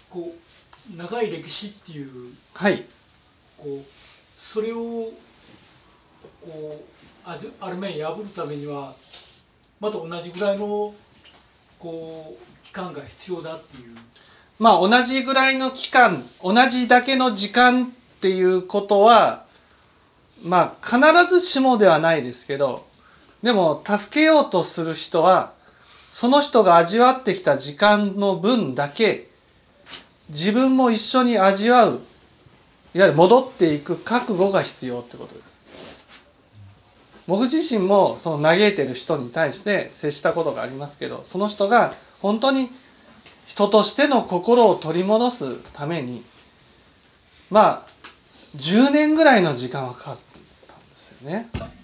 こう長い歴史っていう、 はい、 こうそれをこうある面破るためにはまた同じぐらいのこう期間が必要だっていう。 まあ同じぐらいの期間、同じだけの時間っていうことはまあ必ずしもではないですけど、でも助けようとする人はその人が味わってきた時間の分だけ自分も一緒に味わう、いわゆる戻っていく覚悟が必要ってことです。僕自身もその嘆いてる人に対して接したことがありますけど、その人が本当に人としての心を取り戻すためにまあ10年ぐらいの時間はかかったんですよね。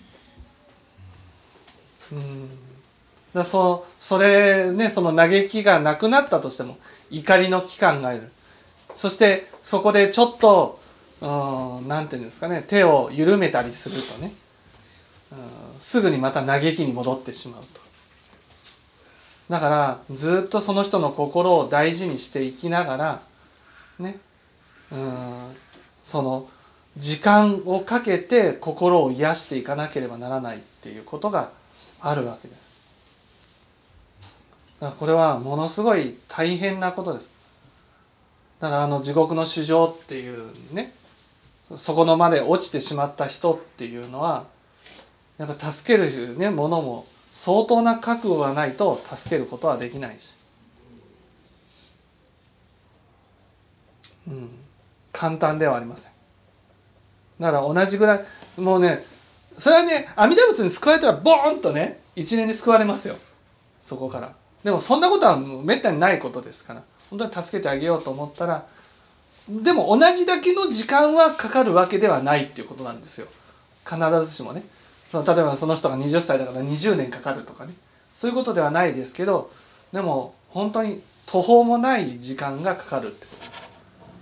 それね、その嘆きがなくなったとしても怒りの期間がいる。そしてそこでちょっとなんていうんですかね、手を緩めたりするとね、すぐにまた嘆きに戻ってしまうと。だからずっとその人の心を大事にしていきながらね、その時間をかけて心を癒していかなければならないっていうことがあるわけです。だからこれはものすごい大変なことです。だから地獄の衆生っていうね、そこのまで落ちてしまった人っていうのはやっぱ助けるねものも相当な覚悟がないと助けることはできないし、簡単ではありません。だから同じぐらいもうね、それはね阿弥陀仏に救われたらボーンとね一年で救われますよ、そこから。でもそんなことはめったにないことですから、本当に助けてあげようと思ったら、でも同じだけの時間はかかるわけではないっていうことなんですよ、必ずしもね。例えばその人が20歳だから20年かかるとかね、そういうことではないですけど、でも本当に途方もない時間がかかるってことです。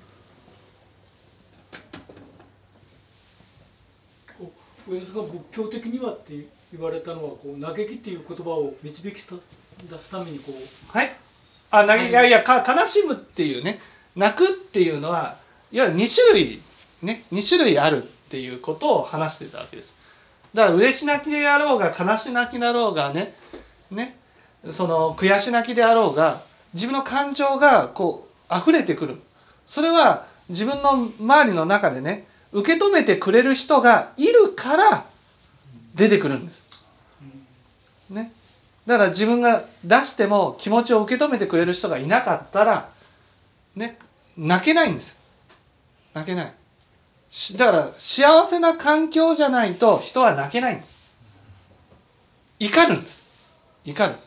上田さんが仏教的にはって言われたのは嘆きっていう言葉を導き出すためにはい、いや悲しむっていうね、泣くっていうのはいわゆる2種類あるっていうことを話していたわけです。だから嬉し泣きであろうが悲し泣きだろうがね、その悔し泣きであろうが、自分の感情が溢れてくる。それは自分の周りの中でね受け止めてくれる人がいるから出てくるんです。ね。だから自分が出しても気持ちを受け止めてくれる人がいなかったらね、泣けないんです。泣けない。だから幸せな環境じゃないと人は泣けないんです。怒るんです。怒る。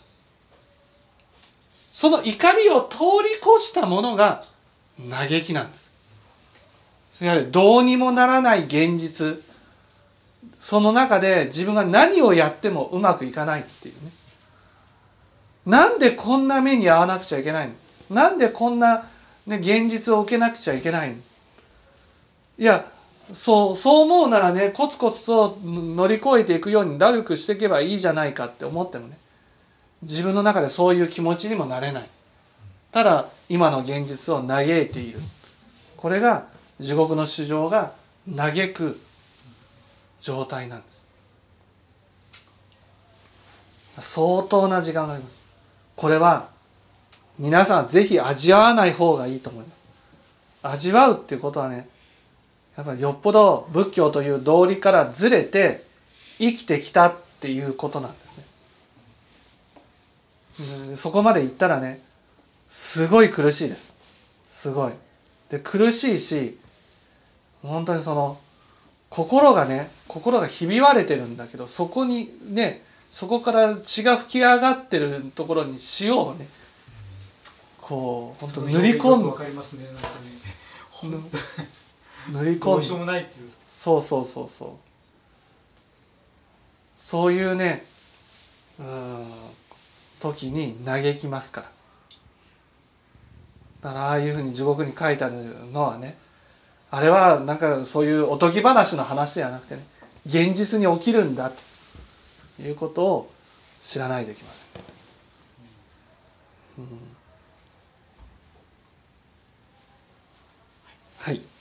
その怒りを通り越したものが嘆きなんです。やはりどうにもならない現実、その中で自分が何をやってもうまくいかないっていうね。なんでこんな目に遭わなくちゃいけないの？なんでこんな、現実を受けなくちゃいけないの？いや、そう思うならね、コツコツと乗り越えていくように努力していけばいいじゃないかって思ってもね、自分の中でそういう気持ちにもなれない。ただ今の現実を嘆いている。これが地獄の衆生が嘆く状態なんです。相当な時間があります。これは皆さんぜひ味わわない方がいいと思います。味わうっていうことはね、やっぱりよっぽど仏教という道理からずれて生きてきたっていうことなんですね。そこまでいったらね、すごい苦しいです。すごい。で、苦しいし、本当に心がひび割れてるんだけど、そこにね、そこから血が吹き上がってるところに塩をね、本当塗り込む。 わかりますね。なんかね。 塗り込む。 どうしようもないっていう。 そう。そういうね、時に嘆きますから。だからああいうふうに地獄に書いてあるのはね、あれはなんかそういうおとぎ話の話ではなくてね、現実に起きるんだということを知らないといけません。 はい